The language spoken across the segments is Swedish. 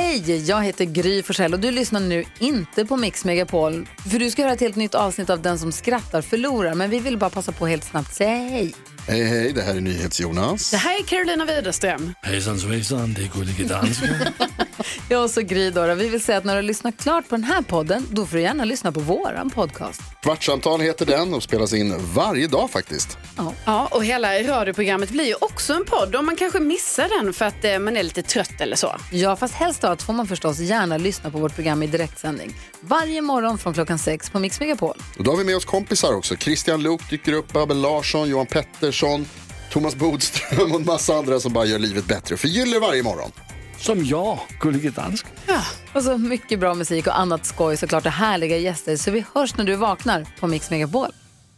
Hej, jag heter Gry Forssell och du lyssnar nu inte på Mix Megapol. För du ska höra ett helt nytt avsnitt av Den som skrattar förlorar. Men vi vill bara passa på helt snabbt säga hej. Hej, hej, det här är NyhetsJonas. Det här är Carolina Widerström. Hejsan svejsan, det är Gullige Dansken. Jag och så Gry då. Vi vill säga att när du har lyssnat klart på den här podden, då får du gärna lyssna på våran podcast. Kvartsamtal heter den och spelas in varje dag faktiskt. Ja, och hela radioprogrammet blir ju också en podd. Om man kanske missar den för att man är lite trött eller så. Ja, fast helst då får man förstås gärna lyssna på vårt program i direktsändning. Varje morgon från 6 på Mix Megapol. Och då har vi med oss kompisar också. Christian Luuk dyker upp, Abel Larsson, Johan Pettersson, Thomas Bodström och en massa andra som bara gör livet bättre och förgyller varje morgon. Som jag, Gullige Dansken. Ja, och så mycket bra musik och annat skoj, såklart, och härliga gäster. Så vi hörs när du vaknar på Mix Megapol.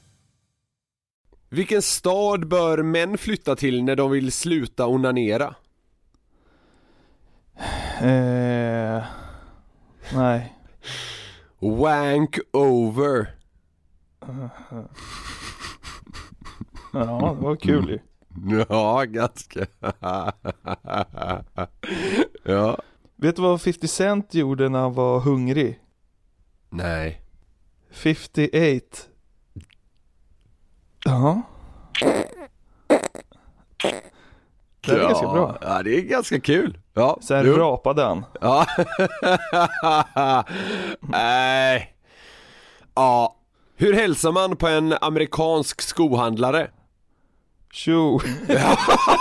Vilken stad bör män flytta till när de vill sluta onanera? Nej. Wank over. Ja, det var kul ju. Ja, ganska. Ja. Vet du vad 50 Cent gjorde när han var hungrig? Nej. 58. Ja. Det är ganska bra. Ja, det är ganska kul. Ja. Sen rapade han. Ja. Nej. Ja. Hur hälsar man på en amerikansk skohandlare? Tjo. Ja,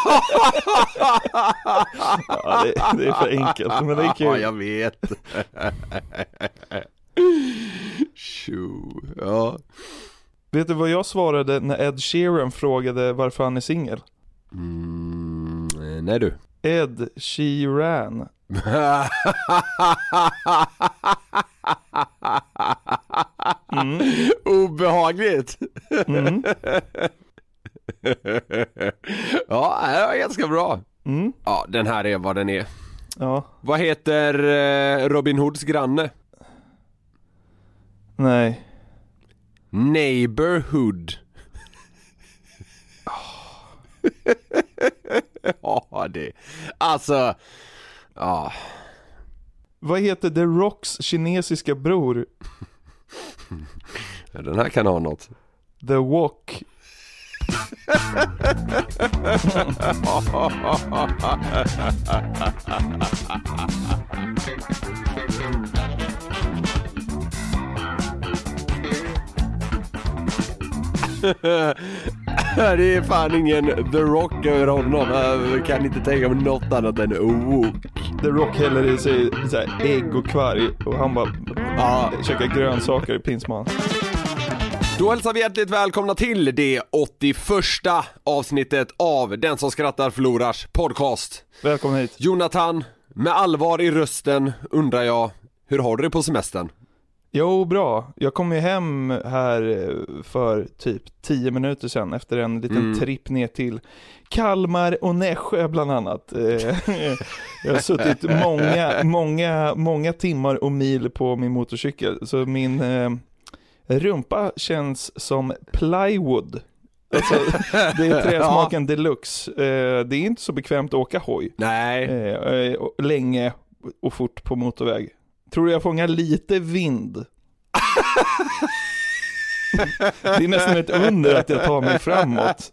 det är för enkelt, men det är kul. Ja, jag vet. Tjo. Ja. Vet du vad jag svarade när Ed Sheeran frågade varför han är singel? Nej du. Ed Sheeran. Obehagligt. Ja, det var ganska bra. Ja, den här är vad den är. Ja. Vad heter Robin Hoods granne? Nej. Neighborhood. Ja, det. Alltså. Ja. Vad heter The Rocks kinesiska bror? Den här kan ha något. The Wok. Det är fan ingen The Rock över honom. Jag kan inte tänka mig något annat än Wok. The Rock häller i sig så här ägg och kvarg och han bara käkar grönsaker i pinsman. Då hälsar vi hjärtligt välkomna till det 81:a avsnittet av Den som skrattar förlorars podcast. Välkommen hit. Jonathan, med allvar i rösten undrar jag, hur har du det på semestern? Jo, bra. Jag kom ju hem här för typ 10 minuter sedan efter en liten tripp ner till Kalmar och Nässjö bland annat. Jag har suttit många timmar och mil på min motorcykel, så min rumpa känns som plywood. Alltså, det är träsmaken deluxe. Det är inte så bekvämt att åka hoj. Nej. Länge och fort på motorväg. Tror du jag fångar lite vind? Det är nästan ett under att jag tar mig framåt.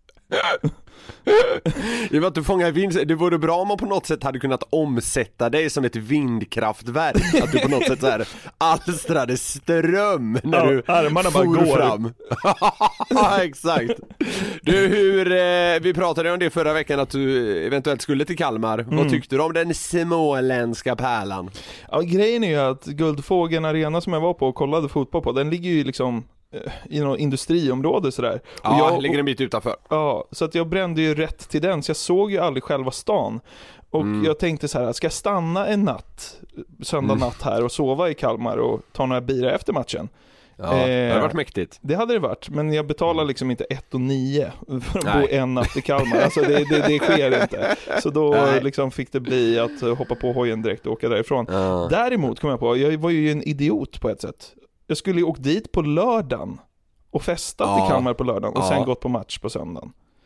Det var att du fångar vind. Det vore bra om man på något sätt hade kunnat omsätta dig som ett vindkraftverk. Att du på något sätt så här alstrade ström när du armarna bara går fram. Ja, exakt. Du, vi pratade om det förra veckan att du eventuellt skulle till Kalmar. Vad tyckte du om den småländska pärlan? Ja, grejen är ju att Guldfågeln Arena som jag var på och kollade fotboll på, den ligger ju liksom i något industriområde sådär. Ja, ligger en bit utanför. Ja, så att jag brände ju rätt till den, så jag såg ju aldrig själva stan. Och jag tänkte så här, ska jag stanna en söndag natt här och sova i Kalmar och ta några bira efter matchen? Ja, det hade varit mäktigt. Det hade det varit, men jag betalar liksom inte 1,9 för att bo en natt i Kalmar. Alltså det sker inte. Så då liksom fick det bli att hoppa på hojen direkt och åka därifrån. Däremot kom jag på, jag var ju en idiot på ett sätt. Jag skulle ju åkt dit på lördagen och festat i Kalmar på lördagen och sen gått på match på söndagen.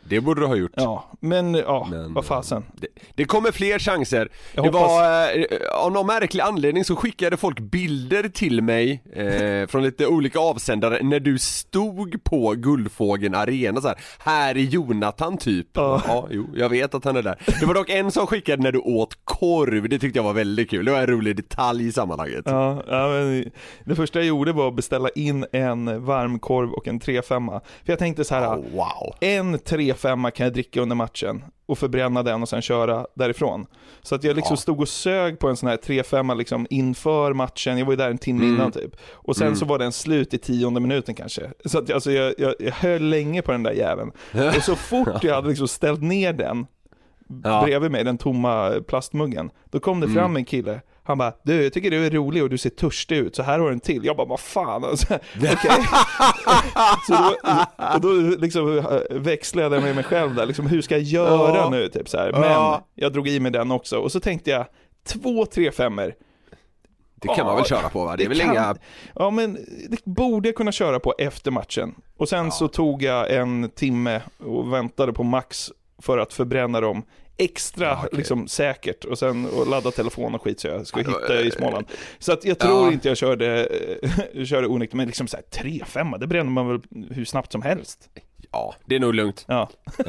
Det borde du ha gjort. Ja, men vad fasen. Det kommer fler chanser. Av någon märklig anledning så skickade folk bilder till mig från lite olika avsändare när du stod på Guldfågeln Arena så här är Jonathan typ. Ja, jo, jag vet att han är där. Det var dock en som skickade när du åt korv. Det tyckte jag var väldigt kul. Det var en rolig detalj i sammanhanget. Ja, men det första jag gjorde var att beställa in en varmkorv och en 3-5. För jag tänkte så här, en 3-5 kan jag dricka under matchen och förbränna den och sen köra därifrån. Så att jag liksom stod och sög på en sån här 3-5 liksom inför matchen. Jag var ju där en timme innan typ. Och sen så var den slut i 10:e minuten kanske. Så att alltså, jag höll länge på den där jäveln. Och så fort jag hade liksom ställt ner den bredvid mig, den tomma plastmuggen, då kom det fram en kille. Han bara, du, jag tycker du är rolig och du ser törstig ut, så här har du en till. Jag bara, vad fan alltså. Okej. Så då liksom växlade jag med mig själv där, liksom, hur ska jag göra nu typ så här. Men jag drog i mig den också. Och så tänkte jag, 2-3-5. Det kan man väl köra på, va? Det är väl inga... Ja, men det borde jag kunna köra på efter matchen. Och sen så tog jag en timme och väntade på Max för att förbränna dem extra liksom säkert och sen och ladda telefon och skit så jag ska hitta i Småland. Så att jag tror inte jag körde onyktigt, men liksom så här 3-5, det bränner man väl hur snabbt som helst. Ja, det är nog lugnt. Ja.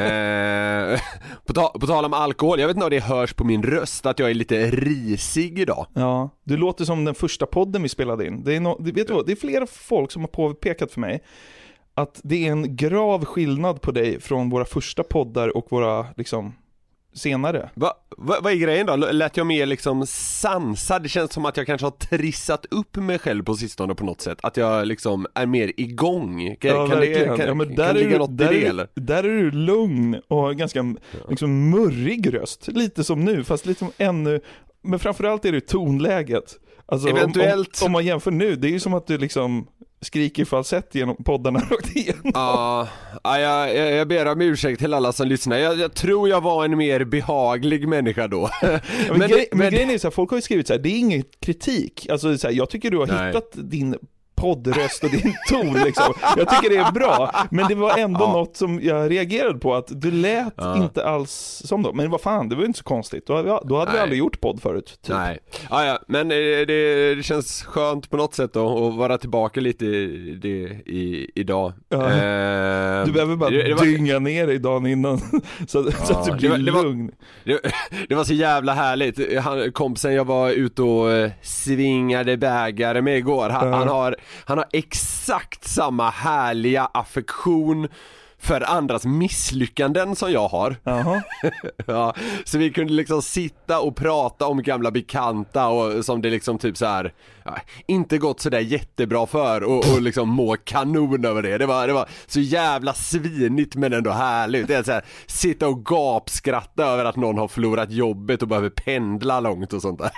På tal om alkohol, jag vet inte om det hörs på min röst att jag är lite risig idag. Ja, du låter som den första podden vi spelade in. Vet du vad? Det är flera folk som har påpekat för mig att det är en grav skillnad på dig från våra första poddar och våra liksom senare. Vad är grejen då? Lät jag mer liksom sansad? Det känns som att jag kanske har trissat upp mig själv på sistone på något sätt. Att jag liksom är mer igång. Kan det ligga något i det eller? Där är du lugn och har ganska liksom murrig röst. Lite som nu, fast lite som ännu. Men framförallt är det tonläget. Alltså, eventuellt. Om man jämför nu, det är ju som att du liksom skriker falsett genom poddarna rakt igenom. Jag ber om ursäkt till alla som lyssnar. Jag tror jag var en mer behaglig människa då. men grejen är så här, folk har ju skrivit så här, det är ingen kritik. Alltså så här, jag tycker du har hittat din poddröst och din ton liksom. Jag tycker det är bra, men det var ändå något som jag reagerade på, att du lät inte alls som då. Men vad fan, det var inte så konstigt. Då hade vi aldrig gjort podd förut typ. Nej. Men det känns skönt på något sätt då, att vara tillbaka lite idag. Du behöver bara dynga ner dig dagen innan så att du blir lugn. Det var så jävla härligt. Kompisen jag var ute och svingade bägare med igår, han har exakt samma härliga affektion för andras misslyckanden som jag har. Ja, så vi kunde liksom sitta och prata om gamla bekanta och som det liksom typ så här inte gått så där jättebra för och liksom må kanon över det. Det var så jävla svinigt men ändå härligt. Det är så här, sitta och gapskratta över att någon har förlorat jobbet och behöver pendla långt och sånt där.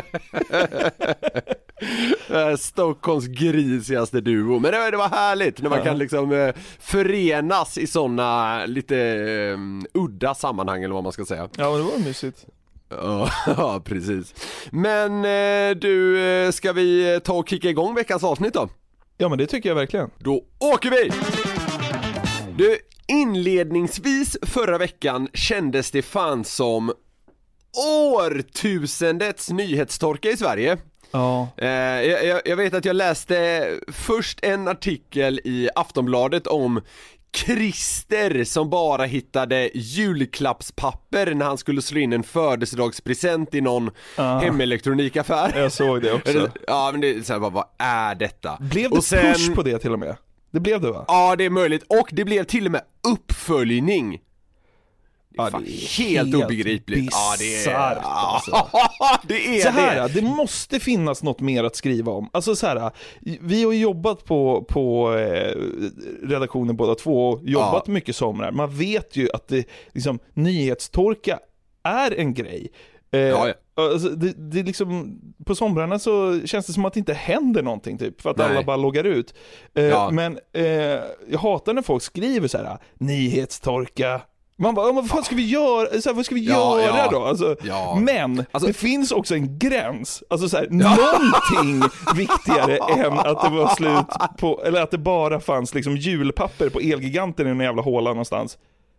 Stockholms grisigaste duo. Men det var härligt när man kan liksom förenas i såna lite udda sammanhang eller vad man ska säga. Ja, men det var mysigt. Ja, precis. Men du, ska vi ta och kicka igång veckans avsnitt då? Ja, men det tycker jag verkligen. Då åker vi! Du, inledningsvis förra veckan kändes det fan som årtusendets nyhetstorka i Sverige. Ja. Jag vet att jag läste först en artikel i Aftonbladet om Christer som bara hittade julklappspapper när han skulle slå in en födelsedagspresent i någon hemelekronikaffär. Jag såg det också. Ja, men det är så här, vad är detta? Blev det push på det till och med? Det blev det, va? Ja, det är möjligt. Och det blev till och med uppföljning. Ja, det är helt obegripligt. Ja, det är alltså. Det är så här, det måste finnas något mer att skriva om. Alltså så här, vi har jobbat på redaktionen båda två och jobbat mycket somrar. Man vet ju att det liksom, nyhetstorka är en grej. Alltså, det liksom, på somrarna så känns det som att det inte händer någonting typ, för att alla bara loggar ut. Men jag hatar när folk skriver så här: nyhetstorka. Man bara, vad fan ska vi göra? Så här, vad ska vi göra då? Alltså, men det finns också en gräns. Alltså så här, någonting viktigare än att det var slut på, eller att det bara fanns liksom julpapper på Elgiganten i en jävla håla någonstans.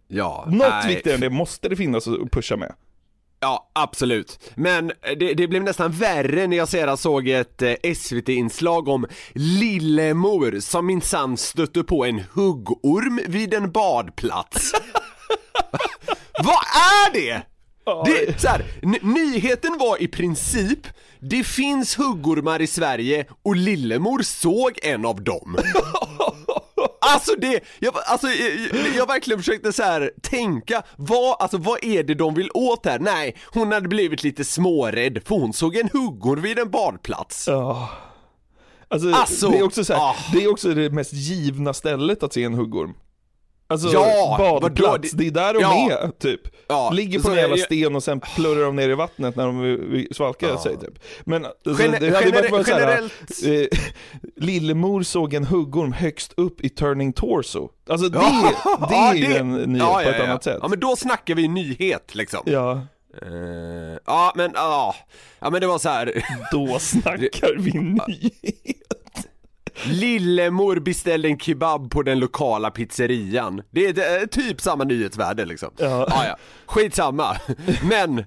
Ja, Något viktigare än det måste det finnas att pusha med. Ja, absolut. Men det blev nästan värre när jag sedan såg ett SVT-inslag om Lillemor som minsann stötte på en huggorm vid en badplats. Vad är det? Det så här, nyheten var i princip: det finns huggormar i Sverige och Lillemor såg en av dem. Alltså jag verkligen försökte så här tänka, vad är det de vill åt här? Nej, hon hade blivit lite smårädd för hon såg en huggorm vid en badplats. Ja. Alltså det är också så här, det är också det mest givna stället att se en huggorm. Alltså badplats, det är där de är typ. Ja, ligger på en jävla sten och sen plurrar de ner i vattnet när de svalkar sig typ. Men alltså, det hade varit bara generellt... Lillemor såg en huggorm högst upp i Turning Torso. Alltså det är ju en nyhet på ett annat sätt. Ja, men då snackar vi nyhet liksom. Ja. Men det var så här. Då snackar vi nyhet. Lillemor beställde en kebab på den lokala pizzerian. Det är typ samma nyhetsvärde liksom. Ja. Skitsamma. Men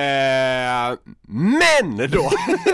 då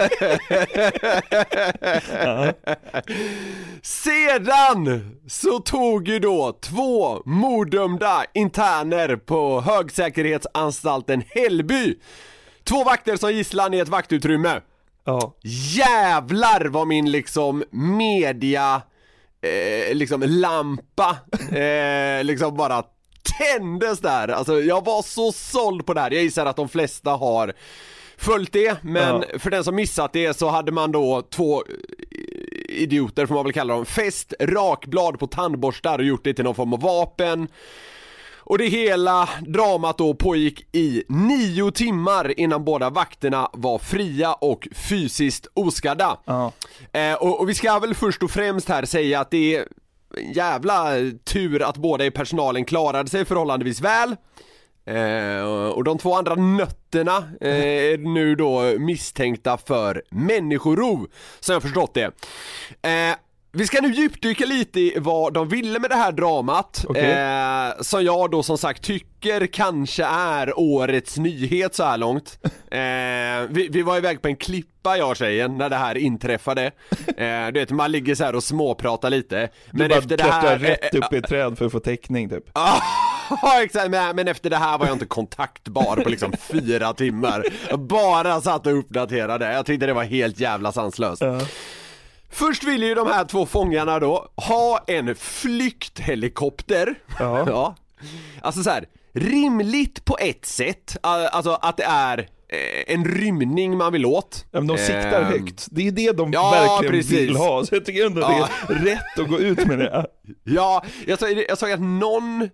sedan så tog ju då 2 morddömda interner på högsäkerhetsanstalten Hällby 2 vakter som gisslan i ett vaktutrymme. Ja. Jävlar vad min liksom media liksom lampa liksom bara tändes där. Alltså jag var så såld på det här. Jag gissar att de flesta har följt det, men för den som missat det så hade man då 2 idioter, får man väl kalla dem, fäst rakblad på tandborstar och gjort det till någon form av vapen. Och det hela dramat då pågick i 9 timmar innan båda vakterna var fria och fysiskt oskadda. Och vi ska väl först och främst här säga att det är en jävla tur att båda i personalen klarade sig förhållandevis väl. Och de 2 andra nötterna är nu då misstänkta för människorov, som jag förstått det. Vi ska nu djupdyka lite i vad de ville med det här dramat. Som jag då som sagt tycker kanske är årets nyhet så här långt. Vi var iväg på en klippa, jag och tjejen, när det här inträffade. Du vet, man ligger så här och småpratar lite. Men efter det här rätt upp i ett träd för att få täckning typ. Ja, exakt, men efter det här var jag inte kontaktbar på liksom 4 timmar. Jag bara satt och uppdaterade. Jag tyckte det var helt jävla sanslöst. Först ville ju de här 2 fångarna då ha en flykthelikopter. Ja. Alltså så här, rimligt på ett sätt. Alltså att det är en rymning man vill åt. Ja, men de siktar högt. Det är det de verkligen vill ha. Så jag tycker ändå det är rätt att gå ut med det. Ja, jag såg att någon...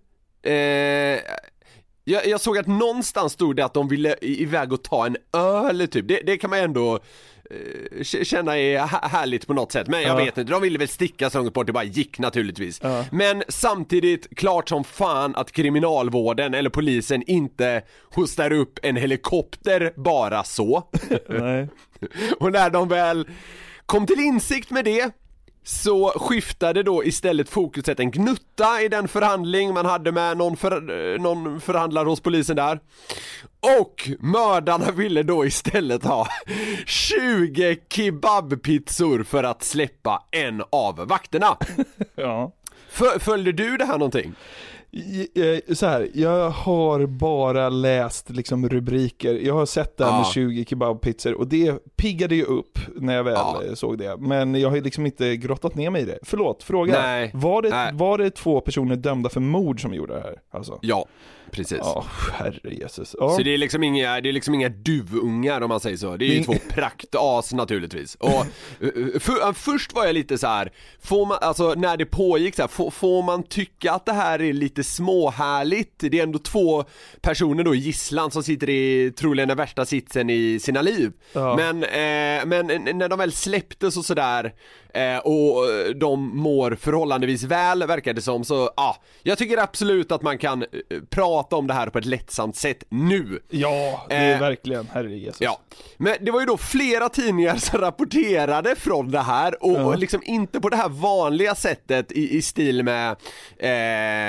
Jag såg att någonstans stod det att de ville iväg och ta en öl typ. Det kan man ändå känna är härligt på något sätt. Men jag vet inte, de ville väl sticka så långt bort. Det bara gick naturligtvis. Men samtidigt klart som fan att kriminalvården eller polisen inte hostar upp en helikopter bara så. Nej. Och när de väl kom till insikt med det, så skiftade då istället fokuset en gnutta i den förhandling man hade med någon förhandlare hos polisen där. Och mördarna ville då istället ha 20 kebabpizzor för att släppa en av vakterna. Ja. Följde du det här någonting? Så här, jag har bara läst liksom rubriker. Jag har sett det här med 20 kebabpizzor och det piggade ju upp när jag väl såg det. Men jag har liksom inte grottat ner mig i det. Förlåt, fråga. Nej. Var det 2 personer dömda för mord som gjorde det här? Alltså? Ja, precis. Herre Jesus. Så det är liksom inga duvungar om man säger så. Det är ju 2 praktas naturligtvis. Och först var jag lite så här, får man, alltså när det pågick så här, får man tycka att det här är lite småhärligt? Det är ändå 2 personer då i gisslan som sitter i troligen den värsta sitsen i sina liv. Men när de väl släpptes och sådär och de mår förhållandevis väl, verkar det som, så jag tycker absolut att man kan prata om det här på ett lättsamt sätt nu. Ja, det är verkligen, herre Jesus. Ja. Men det var ju då flera tidningar som rapporterade från det här och liksom inte på det här vanliga sättet i stil med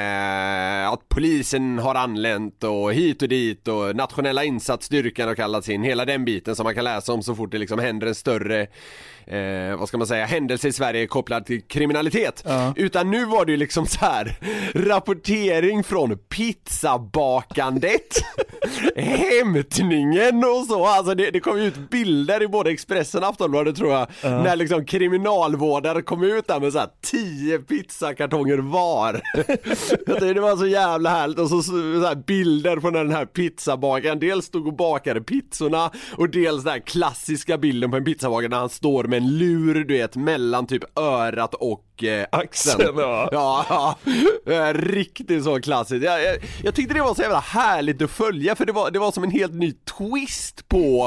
att polisen har anlänt och hit och dit och nationella insatsstyrkan har kallats in, hela den biten som man kan läsa om så fort det liksom händer en större händelse i Sverige kopplad till kriminalitet. Utan nu var det ju liksom så här rapportering från pizzabakandet, hämtningen och så. Alltså det kom ut bilder i både Expressen och Aftonbladet tror jag, när liksom kriminalvårdare kom ut där med så här 10 pizzakartonger var. Det var så jävla härligt. Och så här bilder från den här pizzabakaren. Dels stod och bakade pizzorna och dels den här klassiska bilden på en pizzabakare när han står med en lur, du vet, mellan typ örat och axeln. Ja, riktigt så klassiskt. Jag tyckte det var så jävla härligt att följa, för det var som en helt ny twist på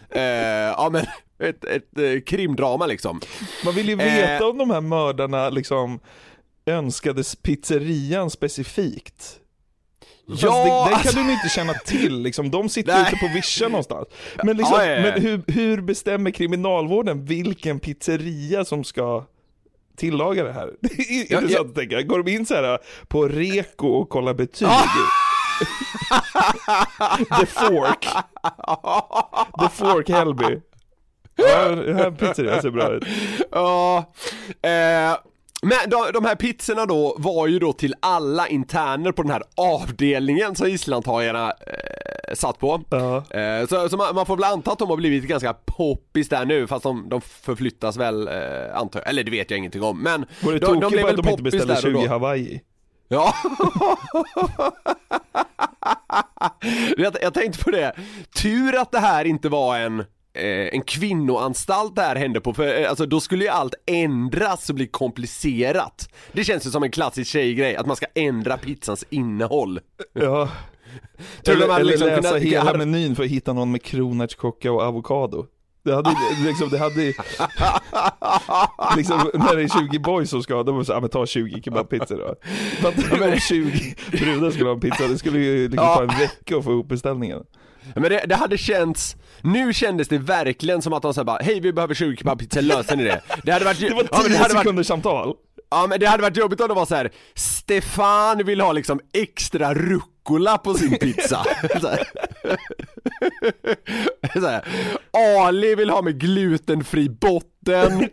ett krimdrama liksom. Man vill ju veta om de här mördarna liksom önskades pizzerian specifikt. Ja, den kan du inte känna till liksom. De sitter ute på Vischa någonstans. Men, liksom, men hur bestämmer kriminalvården vilken pizzeria som ska tillaga det här? Det är intressant att tänka. Går de in så här på Reko och kollar betyg? The Fork Hällby. Ja, den här pizzerian ser bra ut. Men de här pizzorna då var ju då till alla interner på den här avdelningen som islandtagarna satt på. Så man får väl anta att de har blivit ganska poppis där nu, fast de förflyttas väl antar jag. Eller det vet jag ingenting om. Men de blev väl poppis inte beställde 20 i Hawaii. Ja. Jag tänkte på det. Tur att det här inte var en kvinnoanstalt där hände på, för alltså då skulle ju allt ändras och bli komplicerat. Det känns ju som en klassisk tjejgrej att man ska ändra pizzans innehåll. Ja. Eller liksom läsa hela menyn för att hitta någon med kronärtskocka och avokado. Det hade liksom när det är 20 boys som ska, de måste ta 20 kebabpizzor då. För att 20 brudar skulle ha en pizza, det skulle ju liksom ta en vecka att få ihop beställningen. Men det hade känts, nu kändes det verkligen som att de sa bara, hej vi behöver 20 kebabpizzor, löser ni det? Det hade varit, det var 10 sekunders samtal. Ja, men det hade varit jobbigt om det var så här: Stefan vill ha liksom extra rucola på sin pizza. Så här. Ali vill ha med glutenfri botten.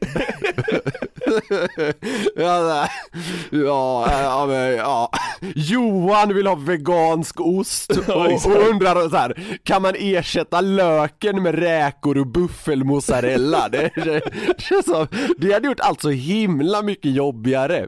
Ja. Johan vill ha vegansk ost och undrar så här: kan man ersätta löken med räkor och buffelmozzarella? Det hade gjort allt så himla mycket jobbigare.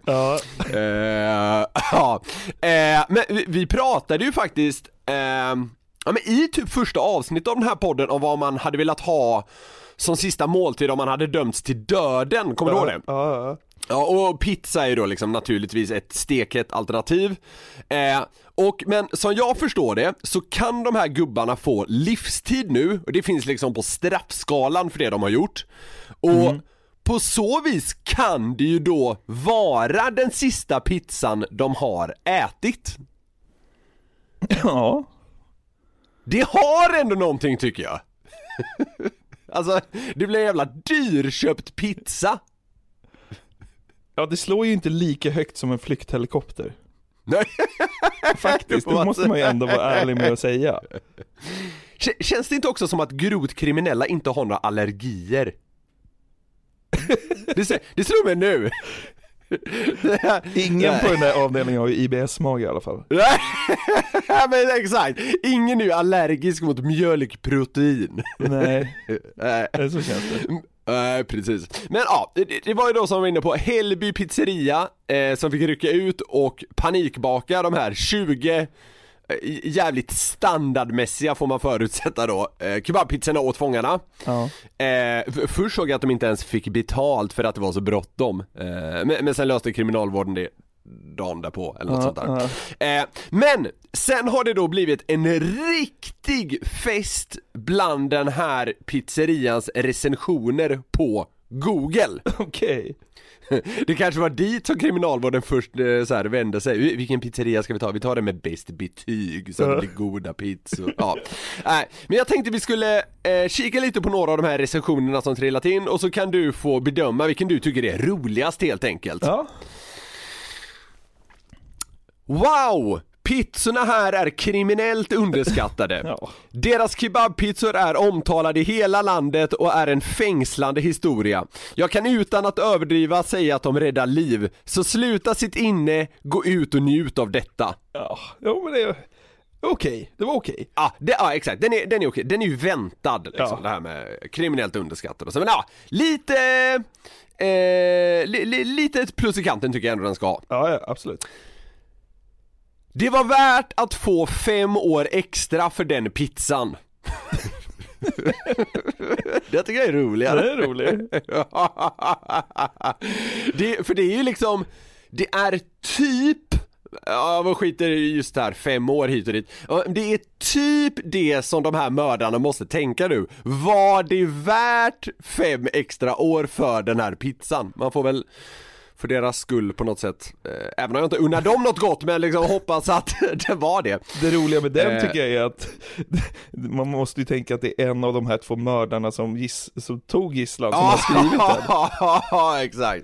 Men vi pratade ju faktiskt men i typ första avsnittet av den här podden om vad man hade velat ha som sista måltid om man hade dömts till döden. Kommer du ihåg det? Ja, och pizza är ju då liksom naturligtvis ett stekhett alternativ. Men som jag förstår det så kan de här gubbarna få livstid nu. Och det finns liksom på straffskalan för det de har gjort. Och på så vis kan det ju då vara den sista pizzan de har ätit. Ja. Det har ändå någonting tycker jag. Alltså, det blir en jävla dyrköpt pizza. Ja, det slår ju inte lika högt som en flykthelikopter. Nej. Faktiskt, det måste man ju ändå vara ärlig med att säga. Känns det inte också som att grovt kriminella inte har några allergier? Det slår mig nu. Ingen på den där avdelningen har ju IBS-mage i alla fall. Men exakt. Ingen är ju allergisk mot mjölkprotein. Nej, så känns det. Precis. Men ja, det var ju då som var inne på Hällby pizzeria som fick rycka ut och panikbaka de här 20 jävligt standardmässiga får man förutsätta då kebabpizzorna åt fångarna. Först såg jag att de inte ens fick betalt för att det var så bråttom, men sen löste kriminalvården det dagen därpå eller något sånt där. Men sen har det då blivit en riktig fest bland den här pizzerians recensioner på Google. Okej. Det kanske var dit som kriminalvården först så här vände sig. Vilken pizzeria ska vi ta? Vi tar det med bäst betyg så att det blir goda pizzor. Ja. Men jag tänkte vi skulle kika lite på några av de här recensionerna som trillat in och så kan du få bedöma vilken du tycker är roligast helt enkelt. Ja. Wow! Pizzorna här är kriminellt underskattade. Ja. Deras kebabpizzor är omtalade i hela landet och är en fängslande historia. Jag kan utan att överdriva säga att de räddar liv. Så sluta sitt inne, gå ut och njut av detta. Ja, men det är okej. Det var okej. Ja, exakt. Den är okej. Den är ju väntad liksom, det här med kriminellt underskattade. Men lite ett plus i kanten tycker jag ändå den ska ha. Ja, absolut. Det var värt att få 5 år extra för den pizzan. Det tycker jag är roligare. Det är roligt. För det är ju liksom, det är typ, vad skiter just här 5 år hit och dit. Det är typ det som de här mördarna måste tänka nu. Var det värt 5 extra år för den här pizzan? Man får väl för deras skull på något sätt, även om jag inte unnar dem något gott, men liksom hoppas att det var det. Det roliga med den tycker jag är att man måste ju tänka att det är en av de här 2 mördarna som tog gisslan som har skrivit den. Ja, exakt.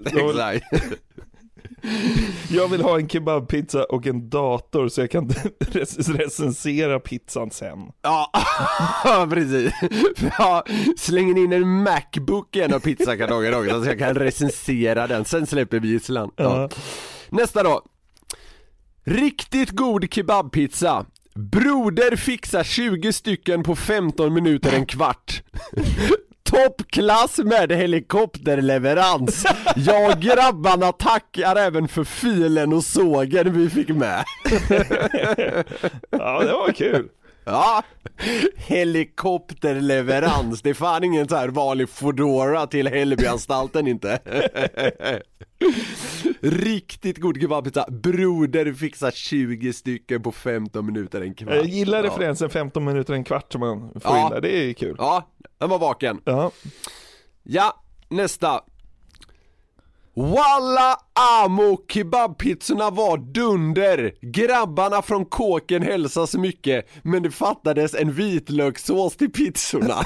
Jag vill ha en kebabpizza och en dator så jag kan recensera pizzan sen. Ja, precis. Slänger in en MacBook i en av pizzakartongen också så jag kan recensera den. Sen släpper vi gisslan. Ja. Nästa då. Riktigt god kebabpizza. Broder fixar 20 stycken på 15 minuter en kvart. Toppklass med helikopterleverans. Jag grabbarna tackar även för filen och sågen vi fick med. Ja, det var kul. Ja, helikopterleverans. Det är fan ingen så här vanlig Foodora till Hällebyanstalten inte. Riktigt god kebabpizza. Broder fixar 20 stycken på 15 minuter en kvart. Jag gillar referensen 15 minuter en kvart som man får in där. Det är kul. Ja, den var vaken. Ja, nästa. Walla amo, kebabpizzorna var dunder. Grabbarna från kåken hälsas mycket, men det fattades en vitlökssås till pizzorna.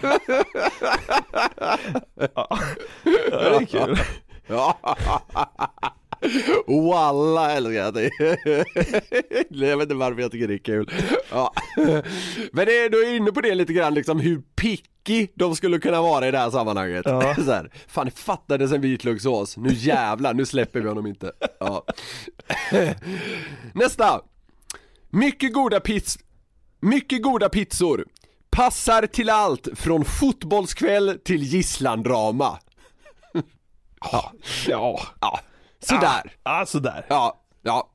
Ja, det är kul. Walla älskar jag det. Jag vet inte varför jag tycker det är kul. Men det är då inne på det lite grann liksom, hur picky de skulle kunna vara i det här sammanhanget. Så här, fan, det fattades en vitlökssås. Nu jävlar, nu släpper vi honom inte. Nästa. Mycket goda pizzor. Passar till allt från fotbollskväll till gisslandrama. Sådär. Sådär. Ja.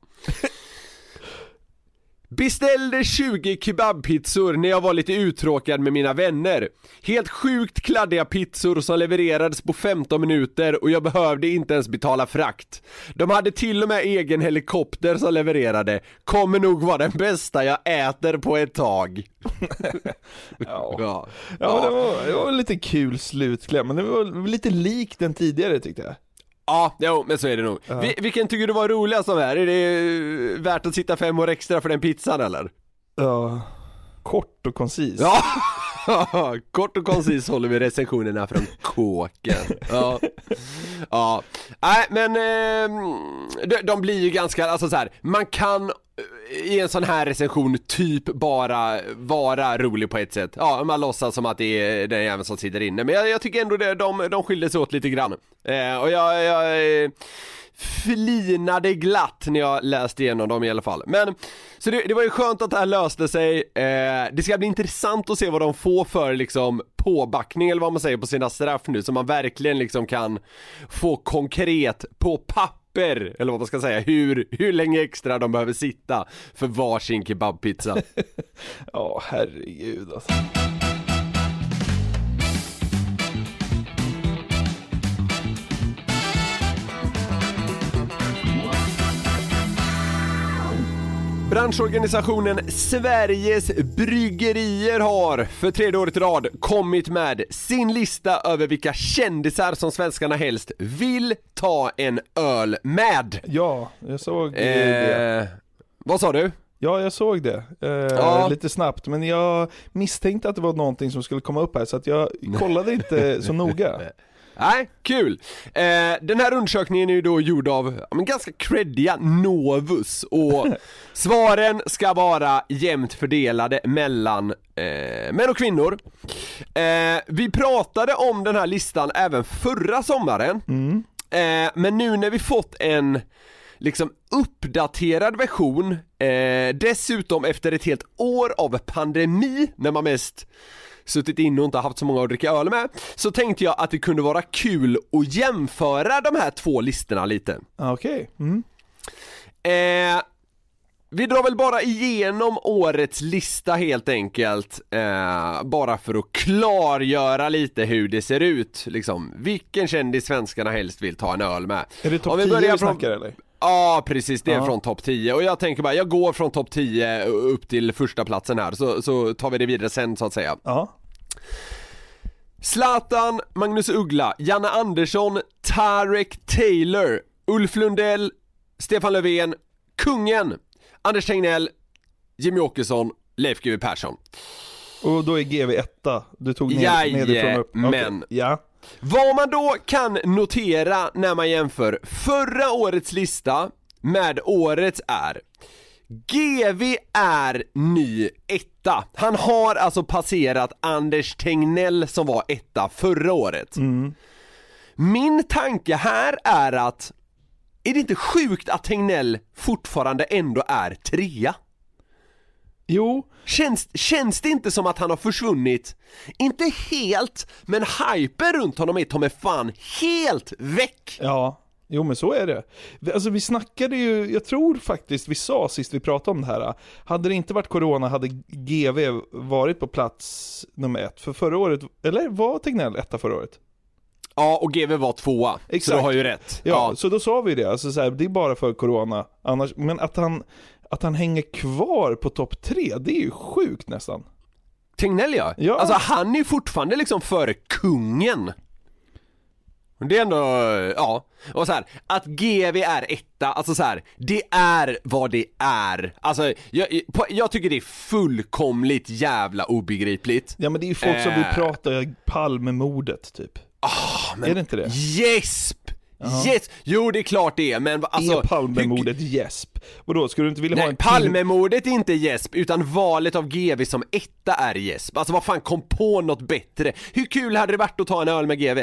Beställde 20 kebabpizzor när jag var lite uttråkad med mina vänner. Helt sjukt kladdiga pizzor som levererades på 15 minuter och jag behövde inte ens betala frakt. De hade till och med egen helikopter som levererade. Kommer nog vara den bästa jag äter på ett tag. Det var lite kul slutkläm, men det var lite lik den tidigare tyckte jag. Ja, men så är det nog. Vilken tycker du var roligast av här? Är det värt att sitta 5 år extra för den pizzan eller? Ja, kort och koncis. Ja, kort och koncis håller vi recensionerna från kåken. Ja. Nej, men de blir ju ganska, alltså så här, man kan i en sån här recension typ bara vara rolig på ett sätt. Ja, man låtsas som att det är den jäveln som sitter inne. Men jag tycker ändå de skilde sig åt lite grann. Och jag flinade glatt när jag läste igenom dem i alla fall. Men så det var ju skönt att det här löste sig. Det ska bli intressant att se vad de får för liksom påbackning eller vad man säger på sina straff nu, så man verkligen liksom kan få konkret på papper, eller vad man ska säga, hur länge extra de behöver sitta för varsin kebabpizza. Ja, herregud alltså. Branschorganisationen Sveriges Bryggerier har för 3:e året i rad kommit med sin lista över vilka kändisar som svenskarna helst vill ta en öl med. Ja, jag såg det. Vad sa du? Ja, jag såg det lite snabbt, men jag misstänkte att det var någonting som skulle komma upp här, så att jag kollade inte så noga. Nej, kul. Den här undersökningen är ju då gjord av ganska creddiga Novus. Och svaren ska vara jämnt fördelade mellan män och kvinnor. Vi pratade om den här listan även förra sommaren. Men nu när vi fått en liksom uppdaterad version, dessutom efter ett helt år av pandemi, när man mest suttit in och inte haft så många att dricka öl med, så tänkte jag att det kunde vara kul att jämföra de här två listorna lite. Okej. Vi drar väl bara igenom årets lista helt enkelt, bara för att klargöra lite hur det ser ut, liksom vilken kändis svenskarna helst vill ta en öl med. Är det topp 10 vi snackar eller? Ja, precis, det är från topp 10. Och jag tänker bara, jag går från topp 10 upp till första platsen här, så tar vi det vidare sen så att säga. Ja. Zlatan, Magnus Uggla, Janne Andersson, Tarek Taylor, Ulf Lundell, Stefan Löfven, Kungen, Anders Tegnell, Jimmy Åkesson, Leif GW Persson. Och då är GW etta. Du tog nedifrån upp. Men ja. Vad man då kan notera när man jämför förra årets lista med årets är: GW är ny etta. Han har alltså passerat Anders Tegnell som var etta förra året. Min tanke här är att, är det inte sjukt att Tegnell fortfarande ändå är trea? Jo. Känns det inte som att han har försvunnit? Inte helt, men hypen runt honom är ta fan helt väck. Ja, jo men så är det. Alltså vi snackade ju, jag tror faktiskt vi sa sist vi pratade om det här, hade det inte varit corona hade GW varit på plats nummer 1. För förra året, eller var Tegnell etta förra året? Ja, och GW var 2. Exakt. Så du har ju rätt. Ja, så då sa vi det, alltså så här, det är bara för corona annars, men att han hänger kvar på topp 3, det är ju sjukt nästan. Tegnell ja. Alltså han är ju fortfarande liksom före Kungen. Det är ändå, ja. Och så här, att GW är etta, alltså så här, det är vad det är. Alltså, jag tycker det är fullkomligt jävla obegripligt. Ja men det är ju folk som vill prata Palmemordet typ. Men är det inte det? Gäsp! Yes. Jo, det är klart det är, men alltså, är Palmemordet gäsp? Vadå, skulle du inte vilja ha en Palmemordet är inte gäsp, utan valet av GW som etta är gäsp. Alltså vad fan, kom på något bättre. Hur kul hade det varit att ta en öl med GW?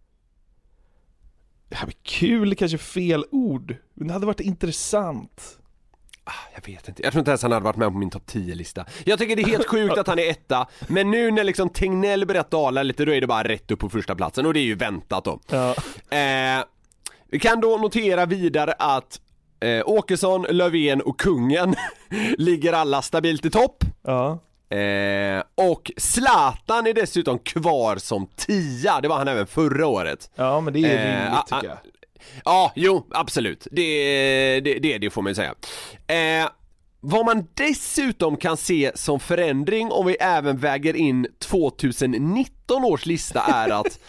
Ja, men kul är kanske fel ord. Men det hade varit intressant. Jag vet inte, jag tror inte ens han hade varit med på min topp 10-lista. Jag tycker det är helt sjukt att han är etta. Men nu när liksom Tegnell börjat dala lite, då är det bara rätt upp på första platsen. Och det är ju väntat då. Ja. Vi kan då notera vidare att Åkesson, Löfven och Kungen ligger alla stabilt i topp. Ja. Och Zlatan är dessutom kvar som 10. Det var han även förra året. Ja, men det är rimligt tycker jag. Ja, jo, absolut. Det får man ju säga. Vad man dessutom kan se som förändring, om vi även väger in 2019 års lista, är att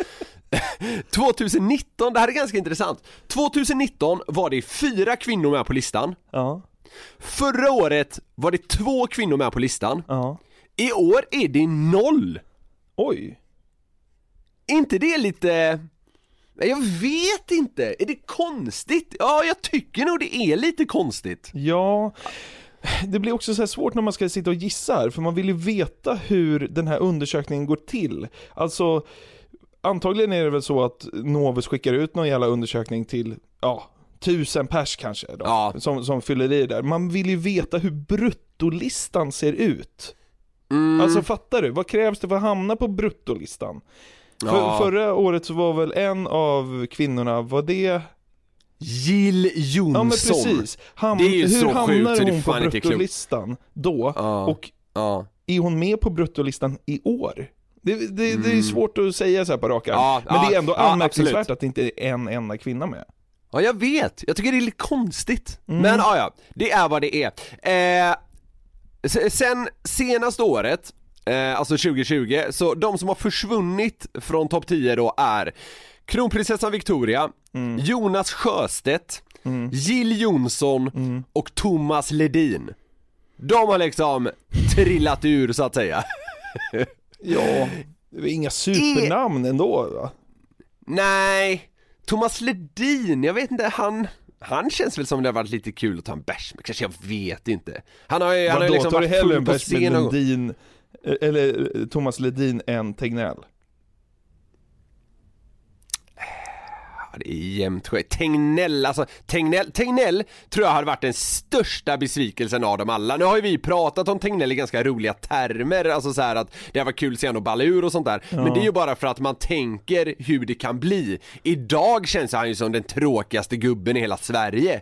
2019, det här är ganska intressant. 2019 var det 4 kvinnor med på listan. Ja. Förra året var det 2 kvinnor med på listan. Ja. I år är det 0. Oj. Inte det lite... Jag vet inte. Är det konstigt? Ja, jag tycker nog det är lite konstigt. Ja, det blir också så här svårt när man ska sitta och gissa här, för man vill ju veta hur den här undersökningen går till. Alltså, antagligen är det väl så att Novus skickar ut någon jävla undersökning till, 1000 pers kanske då, ja. som fyller i där. Man vill ju veta hur bruttolistan ser ut. Alltså fattar du? Vad krävs det för att hamna på bruttolistan? Förra året så var väl en av kvinnorna, var det Jill Johnson? Ja, men precis. Det är ju hur så hamnar sjukt, hon på bruttolistan då? Och är hon med på bruttolistan i år? Det är svårt att säga så här på raka. Men det är ändå anmärkningsvärt att det inte är en enda kvinna med. Ja, jag vet. Jag tycker det är lite konstigt. Men det är vad det är. Sen senaste året, alltså 2020, så de som har försvunnit från topp 10 då är kronprinsessan Victoria, Jonas Sjöstedt, Jill Johnson och Thomas Ledin. De har liksom trillat ur så att säga. Ja, det är inga supernamn ändå va? Nej, Thomas Ledin, jag vet inte, han känns väl som det har varit lite kul att ta en bärs med, kanske, jag vet inte. Han har ju liksom tar du varit hellre full en på bärs med scen Lundin, eller Thomas Ledin än Tegnell? Det är jämnt skit. Tegnell tror jag har varit den största besvikelsen av dem alla. Nu har ju vi pratat om Tegnell i ganska roliga termer, alltså så här att det var kul sen att balla ur och sånt där. Ja. Men det är ju bara för att man tänker hur det kan bli. Idag känns han ju som den tråkigaste gubben i hela Sverige.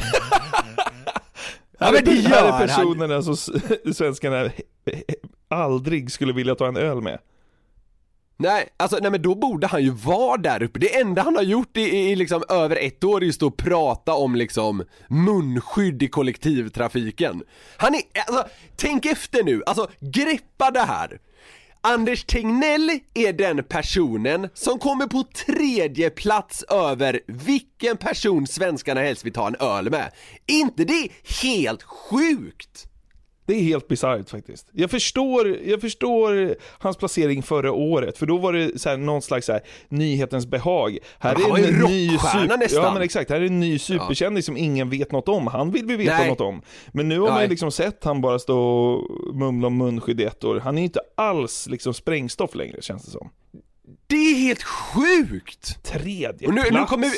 Ja, men det gör personerna som svenskarna aldrig skulle vilja ta en öl med. Nej, men då borde han ju vara där uppe. Det enda han har gjort i liksom över ett år är just att prata om liksom munskydd i kollektivtrafiken. Han är, tänk efter nu, greppa det här. Anders Tegnell är den personen som kommer på 3:e plats över vilken person svenskarna helst vill ta en öl med. Inte det helt sjukt? Det är helt bisarrt faktiskt. Jag förstår hans placering förra året, för då var det så här, någon slags så här, nyhetens behag. Här är en ny nästan. Ja, men exakt, här är en ny superkändis som ingen vet något om. Han vill vi veta något om. Men nu har man liksom sett han bara stå och mumla om munskydd i 1 år. Han är inte alls liksom sprängstoff längre, känns det som. Det är helt sjukt. 3:e och plats.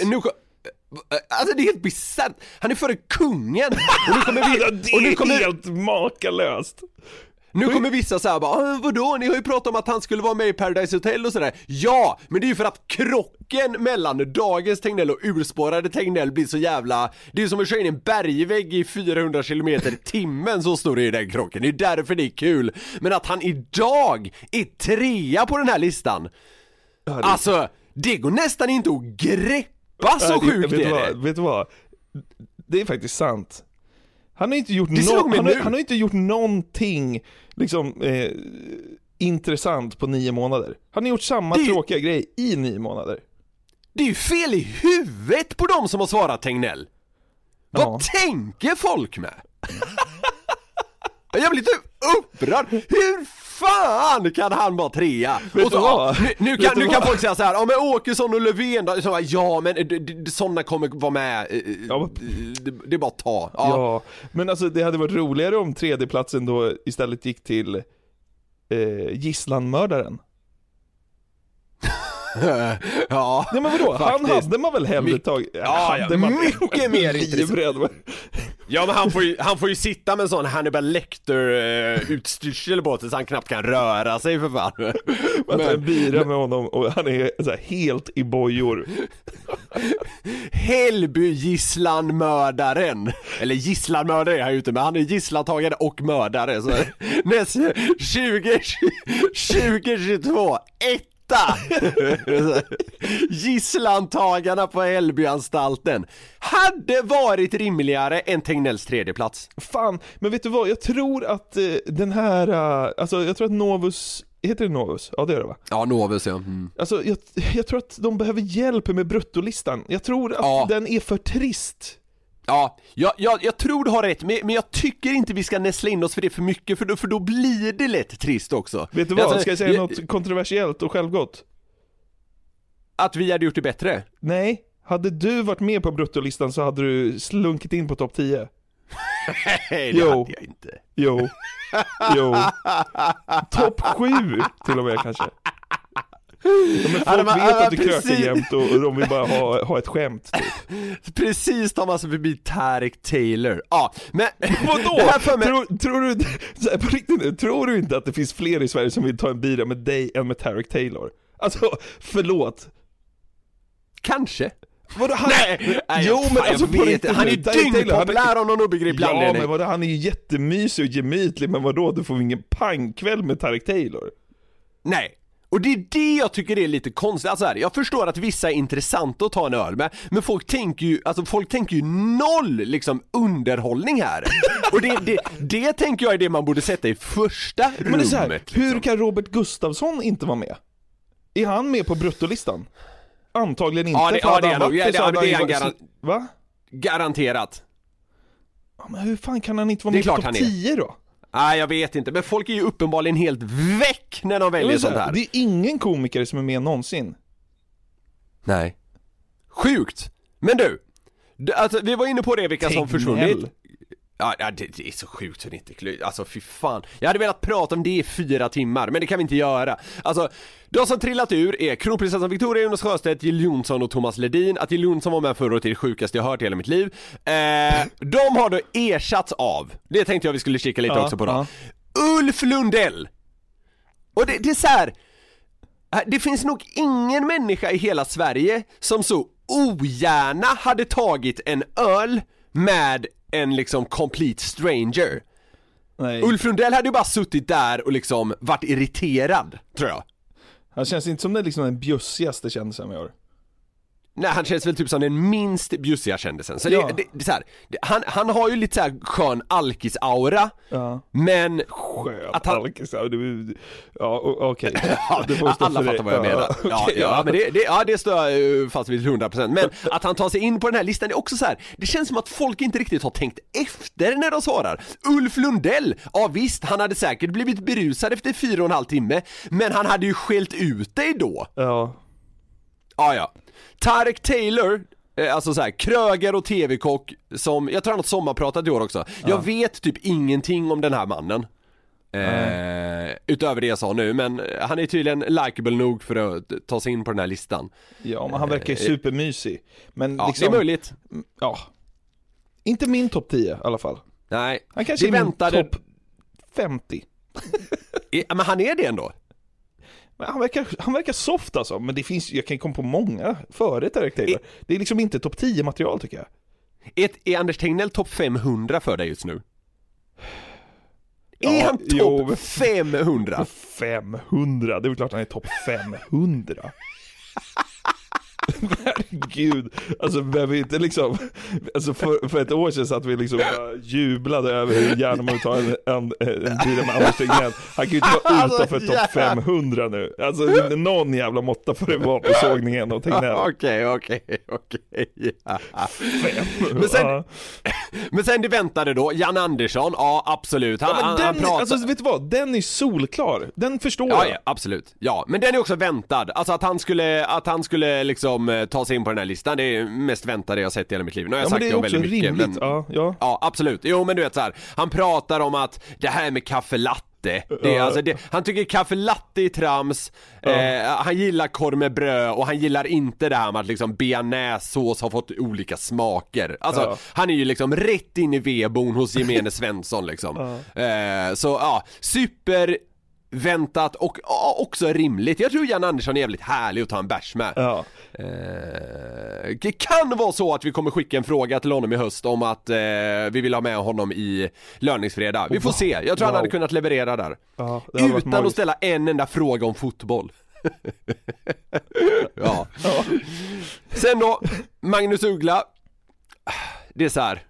Det är helt bisarrt. Han är före kungen. Och det är helt makalöst. Nu kommer vissa säga bara, vadå? Ni har ju pratat om att han skulle vara med i Paradise Hotel och sådär. Ja, men det är ju för att krocken mellan dagens Tegnell och urspårade Tegnell blir så jävla... Det är som att köra in en bergvägg i 400 km/h, så stor är den krocken. Det är därför det är kul. Men att han idag är 3:a på den här listan. Det går nästan inte att greppa. Så sjukt vet du vad? Det är faktiskt sant. Han har inte gjort han har inte gjort någonting liksom intressant på 9 månader. Han har gjort samma tråkiga grej i 9 månader. Det är ju fel i huvudet på dem som har svarat Tegnell. Vad tänker folk med? Jag blir lite upprörd. Hur fan kan han vara 3:a? Och så, nu kan folk säga så här, ja men Åkesson och Löfven då, så, ja men sådana kommer vara med. Det är bara att ta. Ja, men det hade varit roligare om 3:e platsen då istället gick till gisslanmördaren. Ja. Nej, men vadå? Faktiskt. Han hade man väl hellre tagit. Mycket mer intressant. Ja, men han får ju sitta med en sån Hannibal Lecter utstyrsel på tills han knappt kan röra sig för fan. Man tar en bira med honom och han är så här, helt i bojor. Hällby-gisslanmördaren. Eller gisslanmördare är han ju inte, men han är gisslantagare och mördare. Så nästa 2022 Gisslantagarna på Hällbyanstalten hade varit rimligare än Tegnells 3:e plats. Fan, men vet du vad? Jag tror att den här jag tror att Novus, heter det Novus? Ja, det är det, va? Ja, Novus, ja. Jag tror att de behöver hjälp med bruttolistan. Jag tror att den är för trist. Ja, jag tror du har rätt, men jag tycker inte vi ska näsla in oss för det för mycket, för då blir det lätt trist också. Vet du vad, ska jag säga något kontroversiellt och självgott? Att vi hade gjort det bättre? Nej, hade du varit med på bruttolistan så hade du slunkit in på topp 10. Nej, det hade jag inte. Jo. Topp 7 till och med kanske. Men folk vet att du krökar jämt och de vill bara ha ett skämt typ. Precis, tar man sig förbi Tarek Taylor. Ja, men vadå? Tror du inte att det finns fler i Sverige som vill ta en bira med dig än med Tarek Taylor? Förlåt. Kanske. Vadå, han... Nej, men han är dyngpopulär av någon obegriplig anledning. Men vadå, han är ju jättemysig och gemytlig, men vadå, du får ingen pangkväll med Tarek Taylor. Nej. Och det är det jag tycker är lite konstigt. Jag förstår att vissa är intressanta att ta en öl med, men folk tänker ju noll liksom underhållning här. Och det tänker jag är det man borde sätta i första rummet. Men det är så här, liksom. Hur kan Robert Gustafsson inte vara med? Är han med på bruttolistan? Antagligen inte. Det är han Va? Garanterat. Ja, men hur fan kan han inte vara med på topp 10 då? Nej, jag vet inte, men folk är ju uppenbarligen helt väck när de väljer sånt här. Det är ingen komiker som är med någonsin. Nej. Sjukt. Men du, alltså, vi var inne på det vilka som försvunnit. Ja, det är så sjukt så det inte. Alltså fy fan. Jag hade velat prata om det i 4 timmar, men det kan vi inte göra. Alltså, de som trillat ur är kronprinsessan Victoria, Jonas Sjöstedt, Jill Johnson och Thomas Ledin. Att Jill Johnson var med förra året är det sjukaste jag hört i hela mitt liv. De har då ersatts av, det tänkte jag vi skulle kika lite också på då. Ulf Lundell. Och det är så här. Det finns nog ingen människa i hela Sverige som så ogärna hade tagit en öl med en liksom complete stranger. Nej. Ulf Lundell hade ju bara suttit där och liksom varit irriterad, tror jag. Han känns inte som den bjussigaste kändisen vi har. Nej, han känns väl typ som den minst bjussiga kändisen. Så det är så här, han har ju lite så här skön alkis-aura. Ja. Men skön alkis-aura. Ja, okej. Alla fattar vad jag menar. Men det står jag fast vid 100%. Men att han tar sig in på den här listan är också så här. Det känns som att folk inte riktigt har tänkt efter när de svarar. Ulf Lundell, ja visst, han hade säkert blivit berusad efter 4,5 timme. Men han hade ju skällt ut dig då. Ja. Ja. Tarek Taylor, alltså så här, kröger och tv-kock som, jag tror han har sommarpratat i år också. Jag vet typ ingenting om den här mannen. Utöver det jag sa nu, men han är tydligen likeable nog för att ta sig in på den här listan. Ja, men han verkar supermysig. Men ja, liksom, det är möjligt. Ja. Inte min topp 10 i alla fall. Nej, han kanske är min topp 50. Men han är det ändå. Men han verkar soft alltså, men det finns, jag kan komma på många före Tarek Taylor. Det är liksom inte topp 10 material tycker jag. Är Anders Tegnell topp 500 för dig just nu? Är han topp 500? 500, det är väl klart han är topp 500. Herregud, alltså behöver inte liksom, alltså för ett år sedan så att vi liksom jublade över hur gärna man tar en bil med Anders Tegnell. Han kan ju inte vara utanför topp 500 nu. Alltså någon jävla måtta för det var på sågningen och Tegnell. Okej. Men sen det väntade då Jan Andersson, ja absolut. Han pratar. Alltså vet du vad, den är solklar. Den förstår jag. Ja, absolut. Ja, men den är också väntad. Alltså att han skulle liksom ta sig in på den här listan. Det är mest väntade jag sett i hela mitt liv. Nu har jag sagt det väldigt mycket. Rimligt. Men, ja, absolut. Jo, men du vet så här, han pratar om att det här med kaffe latte, det är, alltså, han tycker kaffe latte är trams. Han gillar korv med bröd och han gillar inte det här med att liksom bearnaisesås har fått olika smaker. Alltså, han är ju liksom rätt in i vedbon hos gemene Svensson liksom. Så ja, super väntat och också rimligt. Jag tror Jan Andersson är jävligt härlig att ta en bärs med. Det kan vara så att vi kommer skicka en fråga till honom i höst om att vi vill ha med honom i löningsfredag. Vi får se. Jag tror han hade kunnat leverera där. Utan att ställa en enda fråga om fotboll. Sen då, Magnus Uggla. Det är så här.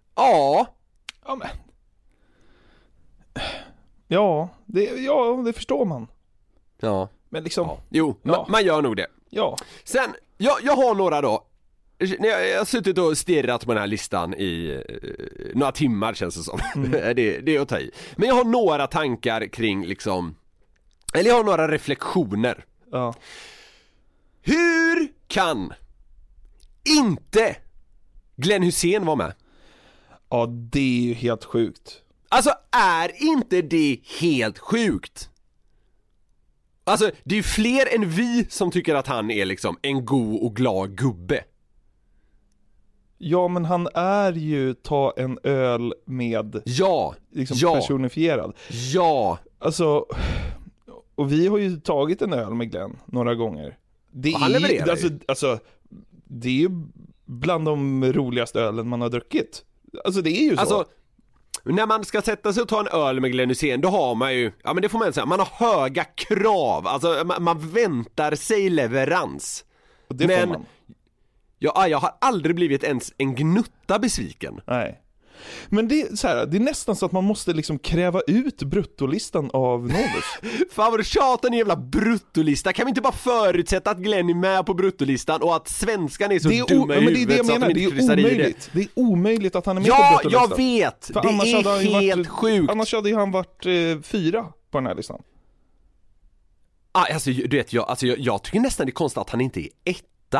Det förstår man. Ja. Men liksom man gör nog det. Ja. Sen jag har några då. Jag har suttit och stirrat på den här listan i några timmar känns det som. Det är att ta i. Men jag har några tankar kring liksom, eller jag har några reflektioner. Ja. Hur kan inte Glenn Hussein vara med? Ja, det är ju helt sjukt. Alltså, är inte det helt sjukt? Alltså, det är ju fler än vi som tycker att han är liksom en god och glad gubbe. Ja, men han är ju ta en öl med liksom personifierad. Ja. Alltså, och vi har ju tagit en öl med Glenn några gånger. Alltså, det är ju bland de roligaste ölen man har druckit. Alltså, det är ju så. Alltså, när man ska sätta sig och ta en öl med Glenn Hussein, då har man ju, ja men det får man säga, man har höga krav. Alltså man väntar sig leverans. Och det får man. Jag har aldrig blivit ens en gnutta besviken. Nej. Men det är så här, det är nästan så att man måste liksom kräva ut bruttolistan av Novus. Fan vad du tjatar en jävla bruttolista. Kan vi inte bara förutsätta att Glenn är med på bruttolistan och att svenskan är så dumma i huvudet så att de inte kryssar i det? Det är omöjligt att han är med på bruttolistan. Ja, jag vet! För det är helt sjukt. Annars hade ju han varit 4 på den här listan. Alltså, du vet, jag tycker nästan det är konstigt att han inte är 1.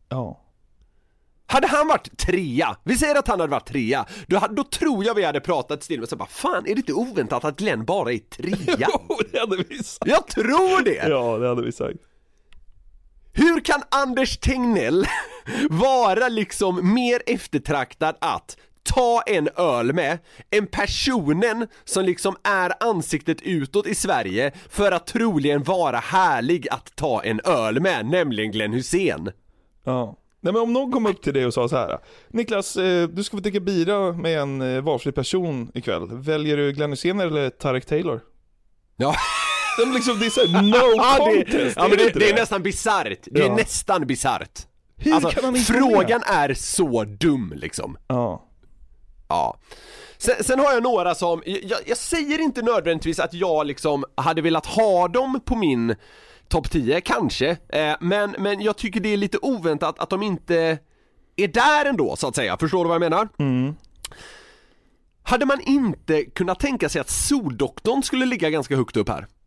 Ja. Hade han varit 3, vi säger att han hade varit 3, då tror jag vi hade pratat still med så bara, fan, är det inte oväntat att Glenn bara är 3? Jo, det hade vi sagt. Jag tror det! Ja, det hade vi sagt. Hur kan Anders Tegnell vara liksom mer eftertraktad att ta en öl med en personen som liksom är ansiktet utåt i Sverige för att troligen vara härlig att ta en öl med, nämligen Glenn Hussein? Ja. Nej, men om någon kom upp till dig och sa så här: Niklas, du ska få dricka bira med en valfri person ikväll. Väljer du Glenn Hussein eller Tarek Taylor? Ja. Det är liksom, det är så här, no contest. Det är nästan bizarrt. Det är nästan bizarrt. Hur alltså, kan han inte frågan är så dum liksom. Ja. Sen har jag några som jag säger inte nödvändigtvis att jag liksom hade velat ha dem på min topp 10 kanske, men jag tycker det är lite oväntat att de inte är där ändå, så att säga. Förstår du vad jag menar? Hade man inte kunnat tänka sig att Soldoktorn skulle ligga ganska högt upp här?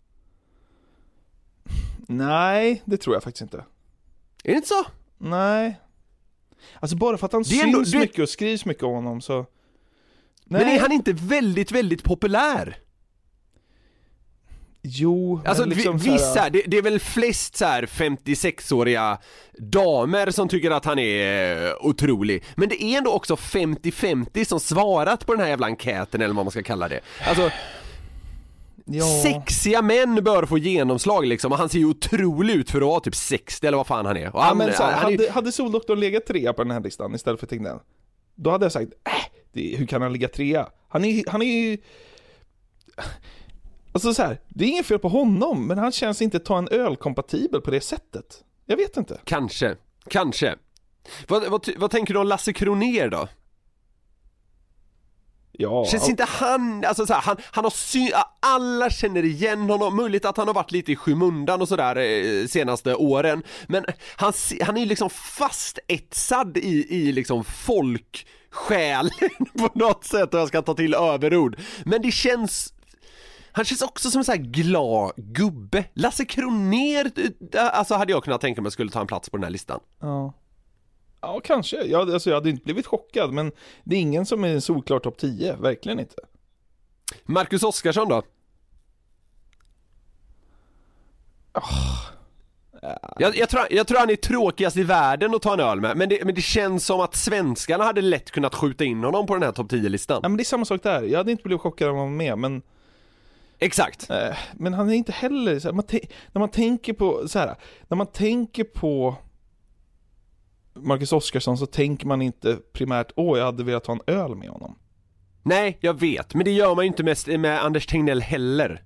Nej, det tror jag faktiskt inte. Är det inte så? Nej. Alltså bara för att han syns mycket och skrivs mycket om honom så... Nej. Men är han inte väldigt, väldigt populär? Jo, alltså liksom vissa, det är väl flest så här 56-åriga damer som tycker att han är otrolig. Men det är ändå också 50-50 som svarat på den här jävla enkäten, eller vad man ska kalla det. Alltså, sexiga män bör få genomslag liksom. Och han ser ju otrolig ut för att vara typ 60 eller vad fan han är. Och han, men så här, hade Soldoktorn legat 3 på den här listan istället för Tegnell, då hade jag sagt, hur kan han ligga 3? Han är ju... Alltså så här, det är inget fel på honom, men han känns inte ta en öl kompatibel på det sättet. Jag vet inte. Kanske. Vad tänker du om Lasse Kronér då? Ja. Känns inte han, alltså så här, han har alla känner igen honom, möjligt att han har varit lite i skymundan och sådär senaste åren, men han är ju liksom fast etsad i liksom folksjälen på något sätt, och jag ska ta till överord, men det känns... Han känns också som en sån här glad gubbe. Lasse Kronér, alltså hade jag kunnat tänka mig skulle ta en plats på den här listan. Ja, kanske. Jag hade inte blivit chockad, men det är ingen som är en solklar topp 10, verkligen inte. Marcus Oskarsson då? Jag tror han är tråkigast i världen att ta en öl med, men det känns som att svenskarna hade lätt kunnat skjuta in honom på den här topp 10-listan. Ja, men det är samma sak där. Jag hade inte blivit chockad om han var med, men... Exakt. Men han är inte heller så här, när man tänker på Marcus Oskarsson så tänker man inte primärt jag hade velat ta en öl med honom. Nej, jag vet, men det gör man ju inte mest med Anders Tegnell heller.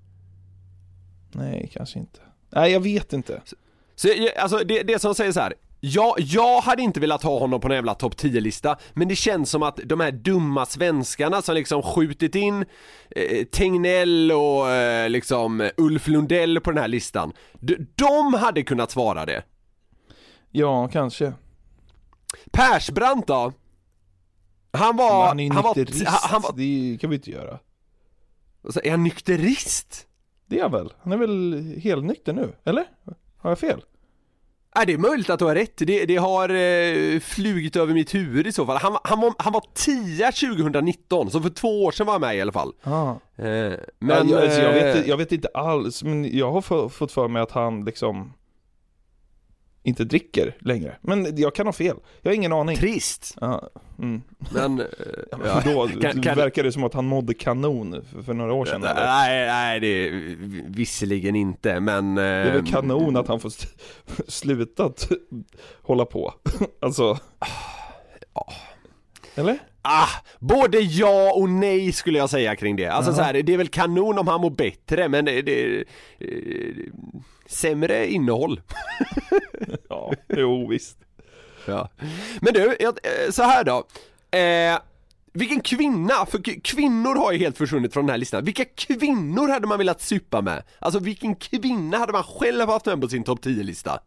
Nej, kanske inte. Nej, jag vet inte. Så alltså det som säger så här. Jag hade inte velat ha honom på en jävla topp 10-lista, men det känns som att de här dumma svenskarna som liksom skjutit in Tegnell och liksom Ulf Lundell på den här listan, de hade kunnat svara det. Ja, kanske. Persbrandt då? Han är ju nykterist, det kan vi inte göra. Alltså, är han nykterist? Det är väl, han är väl helt nykter nu, eller? Har jag fel? Det är möjligt att du har rätt. Det har flugit över mitt huvud i så fall. Han var 10 2019, så för 2 år sedan var han med i alla fall. Men jag vet inte alls, men jag har fått för mig att han liksom inte dricker längre. Men jag kan ha fel. Jag har ingen aning. Trist. Men då verkar det som att han mådde kanon för några år sedan. Nej, det är visserligen inte, men det är väl kanon att han får slutat hålla på. Alltså. Eller? Både ja och nej skulle jag säga kring det. Alltså så här, det är väl kanon om han mår bättre, men det är sämre innehåll. Ja, jo visst. Ja. Men du, så här då. Vilken kvinna, för kvinnor har ju helt försvunnit från den här listan. Vilka kvinnor hade man velat suppa med? Alltså vilken kvinna hade man själv haft med på sin topp 10-lista?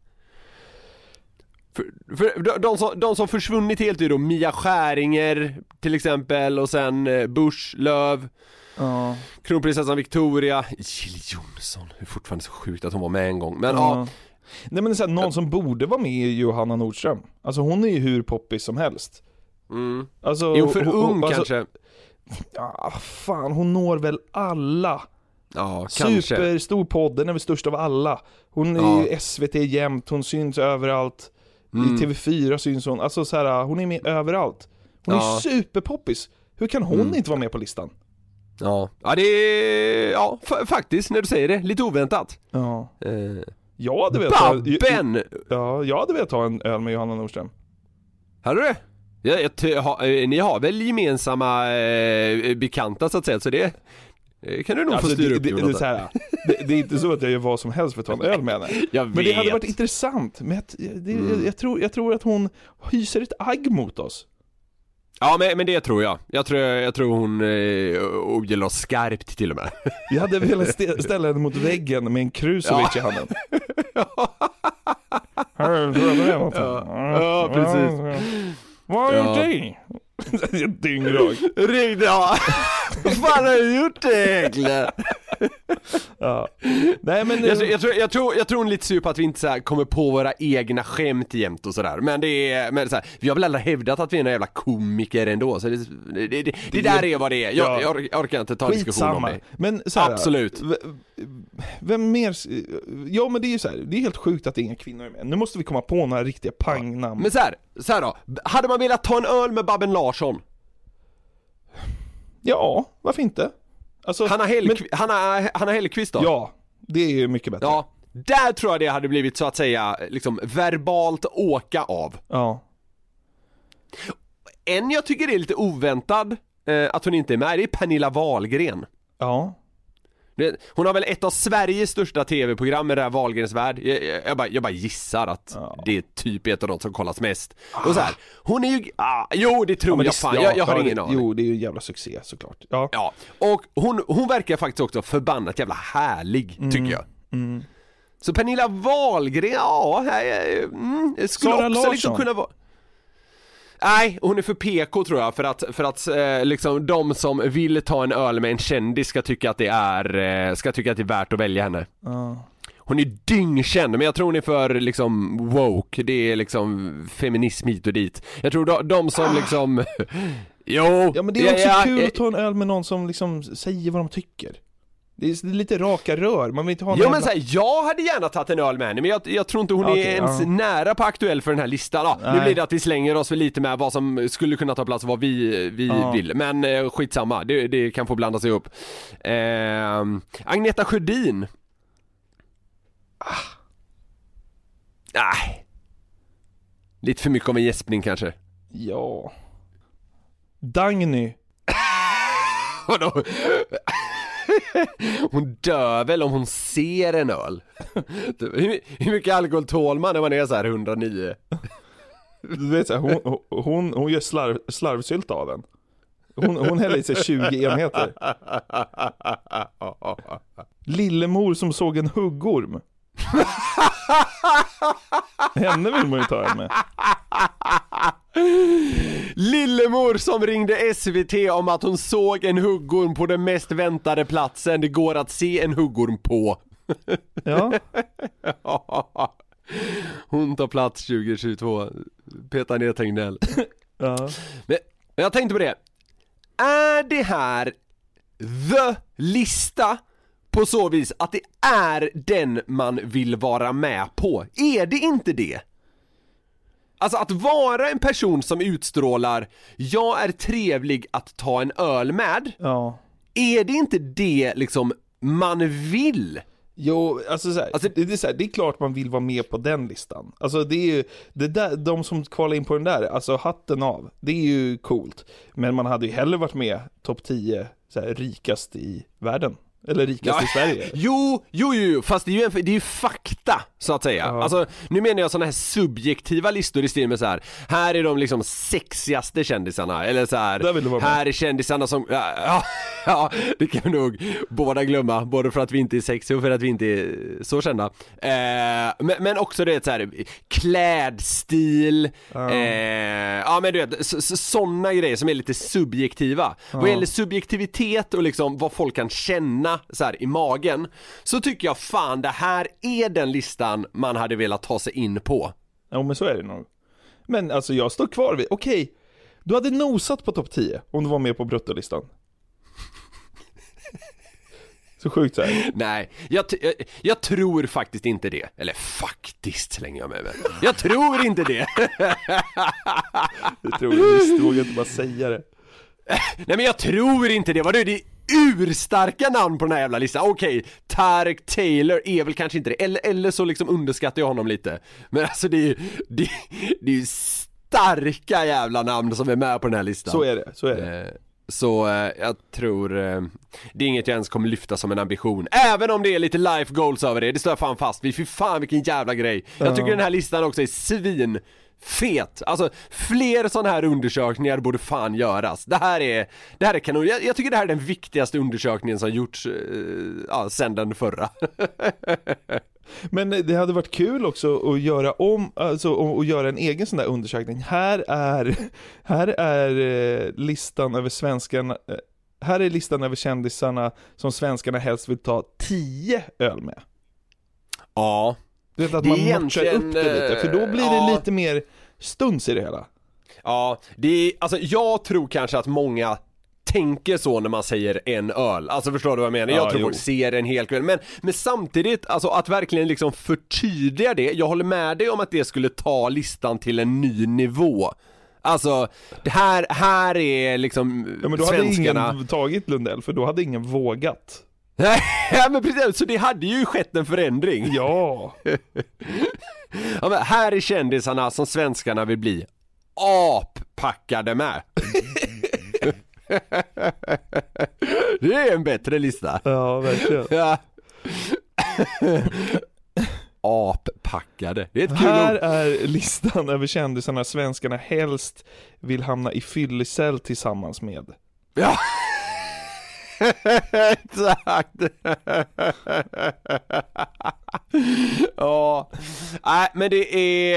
För de som försvunnit helt är då Mia Skäringer till exempel, och sen Bush, Löv, kronprinsessan Victoria, Jill Johnson. Det är fortfarande så sjukt att hon var med en gång. Men Nej men så här, någon som borde vara med är Johanna Nordström. Alltså hon är ju hur poppis som helst. Alltså, är hon för ung kanske? Ja, fan, hon når väl alla. Ja, kanske. Superstor podd, den är väl störst av alla. Hon är ju SVT jämt, hon syns överallt. I TV4 syns hon. Alltså så här, hon är med överallt. Hon är superpoppis. Hur kan hon inte vara med på listan? Ja, det är faktiskt när du säger det, lite oväntat. Ja. Babben! Jag hade velat ta en öl med Johanna Nordström. Hade du det? Ni har väl gemensamma bekanta så att säga, så det kan du nog få styra upp. Det är inte så att jag gör vad som helst för att ta en öl med henne. Men det hade varit intressant. Men jag tror att hon hyser ett agg mot oss. Ja, men det tror jag. Jag tror hon ogillar oss skarpt till och med. Jag hade velat ställa henne mot väggen med en Krusovic i handen. Ja, precis. Vad har du gjort det? Dyngrag. Vad fan har du gjort det egentligen? Ja. Nej, men jag tror hon är lite sur på att vi inte så här kommer på våra egna skämt jämt och sådär. Men det är så här, vi har väl aldrig hävdat att vi är några jävla komiker ändå. Så det där är vad det är. Jag orkar inte ta diskussion om det. Men så här, absolut. Vem mer? Ja, men det är ju så här, det är helt sjukt att inga kvinnor är med. Nu måste vi komma på några riktiga pangnamn. Men så här då. Hade man velat ta en öl med Babben Larsson? Ja, varför inte? Alltså, Hanna Hellquist då? Ja, det är ju mycket bättre. Ja, där tror jag det hade blivit så att säga liksom verbalt åka av. Ja. En jag tycker är lite oväntad att hon inte är med, det är Pernilla Wahlgren. Ja. Hon har väl ett av Sveriges största tv-program med det här Wahlgrens värld. Jag bara gissar att det är typ ett av de som kollas mest. Och så här, hon är ju... jo, det tror jag fan. Jag har ingen aning. Jo, det är ju en jävla succé såklart. Ja. Och hon verkar faktiskt också förbannat jävla härlig, tycker jag. Så Pernilla Wahlgren, skulle Sara också Larsson. liksom kunna vara... Nej, hon är för PK tror jag, för att liksom de som vill ta en öl med en kändis ska tycka att det är värt att välja henne. Hon är dyngkänd, men jag tror hon är för liksom woke. Det är liksom feminism hit och dit. Jag tror de som liksom jo. Ja, men det är också kul att ta en öl med någon som liksom säger vad de tycker. Det är lite raka rör. Man vill inte ha men så här, jag hade gärna tagit en öl med henne, men jag tror inte hon är ens nära på aktuell för den här listan. Nu blir det att vi slänger oss lite med vad som skulle kunna ta plats och vad vi vill. Men skitsamma, det kan få blanda sig upp. Agneta Sjödin. Nej. Lite för mycket av en gäspning kanske. Ja. Dagny. Vadå? Hon dör väl om hon ser en öl. Hur mycket alkohol tål man när man är så här 109? Du vet så här, hon gör slarvsylt av den. Hon häller i sig 20 enheter. Lillemor som såg en huggorm. Henne vill man ju ta en med. Lillemor som ringde SVT om att hon såg en huggorm på den mest väntade platsen det går att se en huggorm på. Ja. Hon tar plats 2022. Petar ner Tegnell. Ja. Men jag tänkte på det. Är det här the lista på så vis att det är den man vill vara med på? Är det inte det? Alltså att vara en person som utstrålar jag är trevlig att ta en öl med. Ja. Är det inte det liksom man vill? Jo, alltså, så här, det är klart man vill vara med på den listan. Alltså det är ju det där, de som kvalar in på den där, alltså hatten av. Det är ju coolt. Men man hade ju hellre varit med topp 10 så här, rikast i världen. Eller rikast i Sverige. Jo, fast det är ju fakta så att säga. Ja. Alltså, nu menar jag såna här subjektiva listor i stil med så här är de liksom sexigaste kändisarna. Eller så här är kändisarna som ja, det kan vi nog båda glömma. Både för att vi inte är sexiga och för att vi inte är så kända. Men också det så här klädstil. Ja, men du vet, såna grejer som är lite subjektiva. Vad gäller subjektivitet och liksom vad folk kan känna känna så här i magen, så tycker jag fan det här är den listan man hade velat ta sig in på. Ja, men så är det nog. Men alltså jag står kvar vid, okej, du hade nosat på topp 10 om du var med på bruttolistan. Så sjukt så här. Nej, jag tror faktiskt inte det. Eller faktiskt slänger jag med mig. Jag tror inte det. Jag tror jag visst, vågar inte bara säga det. Nej, men jag tror inte det. Vad det är urstarka namn på den här jävla listan. Okej, Tarek Taylor är väl kanske inte det. Eller så liksom underskattar jag honom lite. Men alltså det är ju starka jävla namn som är med på den här listan. Så är det. Så jag tror det är inget jag ens kommer lyfta som en ambition. Även om det är lite life goals över det. Det står jag fan fast vid. Fy fan vilken jävla grej. Jag tycker den här listan också är svinfet. Alltså fler sådana här undersökningar borde fan göras. Det här är kanon. Jag tycker det här är den viktigaste undersökningen som gjorts sen den förra. Men det hade varit kul också att göra att göra en egen sån där undersökning. Här är listan över svenskarna. Här är listan över kändisarna som svenskarna helst vill ta 10 öl med. Ja. Det är att man matchar upp det lite, för då blir det lite mer stuns i det hela. Ja, alltså jag tror kanske att många tänker så när man säger en öl. Alltså förstår du vad jag menar? Jag tror folk ser en hel kväll. Men samtidigt, alltså att verkligen liksom förtydliga det. Jag håller med dig om att det skulle ta listan till en ny nivå. Alltså, det här är liksom men då svenskarna... hade ingen tagit Lundell, för då hade ingen vågat. Nej, men precis, så det hade ju skett en förändring. Ja. Ja, men här är kändisarna som svenskarna vill bli appackade med. Det är en bättre lista. Ja, verkligen. Ja. Appackade. Det är ett kul här ord. är listan över kändisarna svenskarna helst vill hamna i fyllecell tillsammans med. Ja. Exakt. Ja. Nej, men det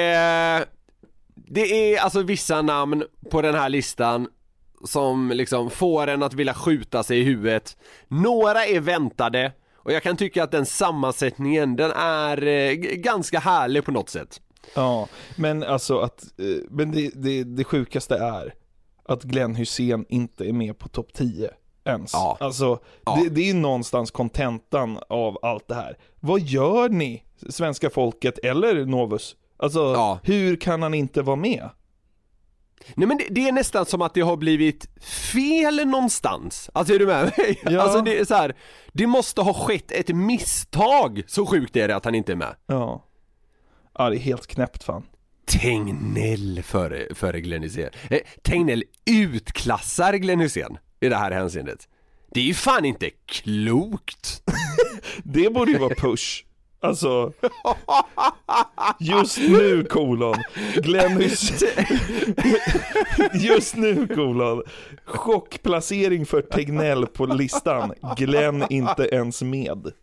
är alltså vissa namn på den här listan som liksom får en att vilja skjuta sig i huvudet. Några är väntade, och jag kan tycka att den sammansättningen, den är ganska härlig på något sätt. Ja, men alltså att men det sjukaste är att Glenn Hysén inte är med på topp 10 ens. Ja. Alltså det är någonstans kontentan av allt det här. Vad gör ni, svenska folket eller Novus? Alltså hur kan han inte vara med? Nej, men det är nästan som att det har blivit fel någonstans. Alltså är du med mig? Ja. Alltså det är så här, det måste ha skett ett misstag. Så sjukt är det att han inte är med. Ja, det är helt knäppt fan. Tegnell före Glenn Hysén. Tegnell utklassar Glenn Hysén i det här hänseendet. Det är ju fan inte klokt. Det borde ju vara push. Alltså just nu Glenn Hysén. Just nu chockplacering för Tegnell på listan. Glenn inte ens med.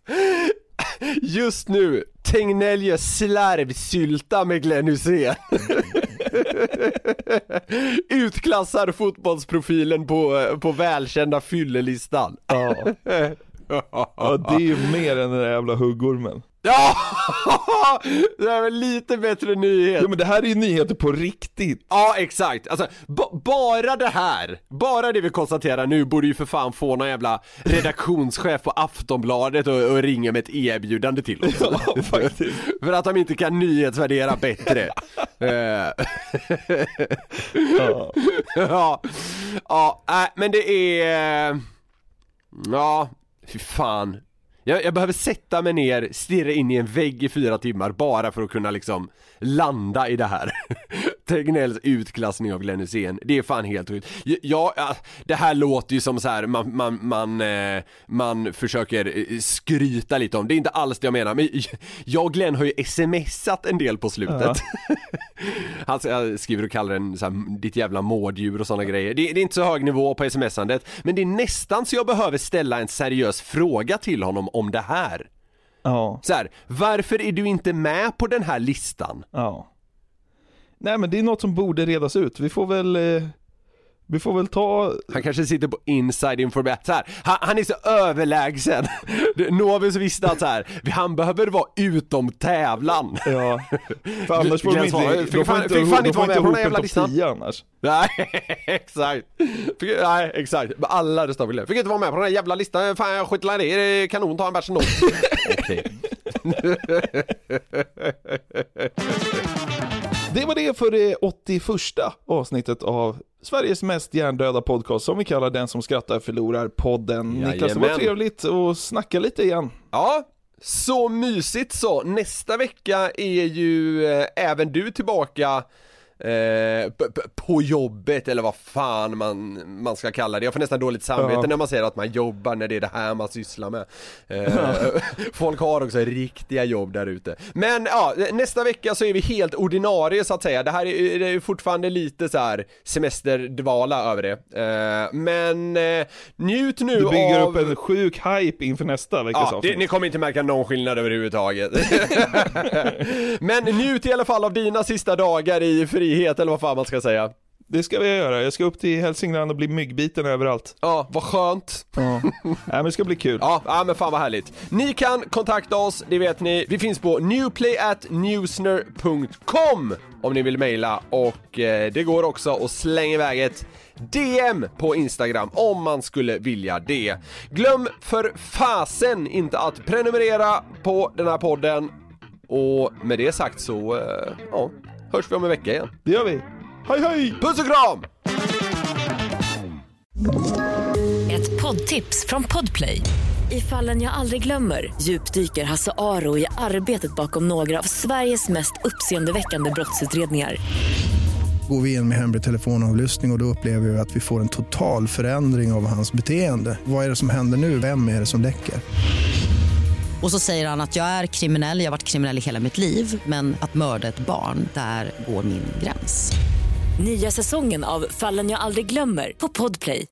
Just nu Tegnell gör slarvsylta med Glenn Hysén. Utklassar fotbollsprofilen på välkända fyllelistan. Ja, det är ju mer än den där jävla huggormen. Ja, det är väl lite bättre nyhet. Ja, men det här är ju nyheter på riktigt. Ja, exakt. Alltså, bara det vi konstaterar nu borde ju för fan få någon jävla redaktionschef på Aftonbladet och ringa med ett erbjudande till oss. Ja, faktiskt. För att de inte kan nyhetsvärdera bättre. Men det är... Ja, fy fan. Jag behöver sätta mig ner, stirra in i en vägg i 4 timmar bara för att kunna liksom landa i det här. Tegnells utklassning av Glenn Hysén. Det är fan helt sjukt. Det här låter ju som så här man försöker skryta lite om. Det är inte alls det jag menar. Men jag och Glenn har ju smsat en del på slutet. Han skriver och kallar den så här, ditt jävla mårddjur och såna grejer. Det är inte så hög nivå på smsandet, men det är nästan så jag behöver ställa en seriös fråga till honom om det här. Ja. Så här, varför är du inte med på den här listan? Ja. Nej, men det är något som borde redas ut. Vi får väl Vi får väl ta... Han kanske sitter på inside information så här. Han är så överlägsen. Novus visste att så här, han behöver vara utom tävlan. Ja. För annars får de inte... Fick fan inte vara med på den jävla listan annars. Nej, exakt. Nej, exakt. Alla röstar på det. Fick inte vara med på den här jävla listan. Fan, jag skiter i det. Kanon, ta en bärs nog. Okej. Det var det för det 81:a avsnittet av Sveriges mest hjärndöda podcast som vi kallar Den som skrattar förlorar podden. Niklas, det var trevligt att snacka lite igen. Ja, så mysigt så. Nästa vecka är ju även du tillbaka på jobbet, eller vad fan man ska kalla det. Jag får nästan dåligt samvete när man säger att man jobbar, när det är det här man sysslar med. Folk har också riktiga jobb där ute. Men ja, nästa vecka så är vi helt ordinarie så att säga. Det här är fortfarande lite så här semesterdvala över det. Men njut nu av... Du bygger upp en sjuk hype inför nästa veckas avsnitt. Ni kommer inte märka någon skillnad överhuvudtaget. Men njut i alla fall av dina sista dagar i frihet, eller vad fan man ska säga. Det ska vi göra. Jag ska upp till Hälsingland och bli myggbiten överallt. Ja, vad skönt. Ja. Nej, men det ska bli kul. Ja, men fan vad härligt. Ni kan kontakta oss, det vet ni. Vi finns på newplay@newsner.com om ni vill mejla. Och det går också att slänga iväg ett DM på Instagram om man skulle vilja det. Glöm för fasen inte att prenumerera på den här podden. Och med det sagt så, hörs vi om en vecka igen. Det gör vi. Hej hej! Puss och kram! Ett poddtips från Podplay. I Fallen jag aldrig glömmer djupdyker Hasse Aro i arbetet bakom några av Sveriges mest uppseendeväckande brottsutredningar. Går vi in med hemlig telefonavlyssning och då upplever vi att vi får en total förändring av hans beteende. Vad är det som händer nu? Vem är det som läcker? Och så säger han att jag är kriminell, jag har varit kriminell i hela mitt liv. Men att mörda ett barn, där går min gräns. Nya säsongen av Fallen jag aldrig glömmer på Podplay.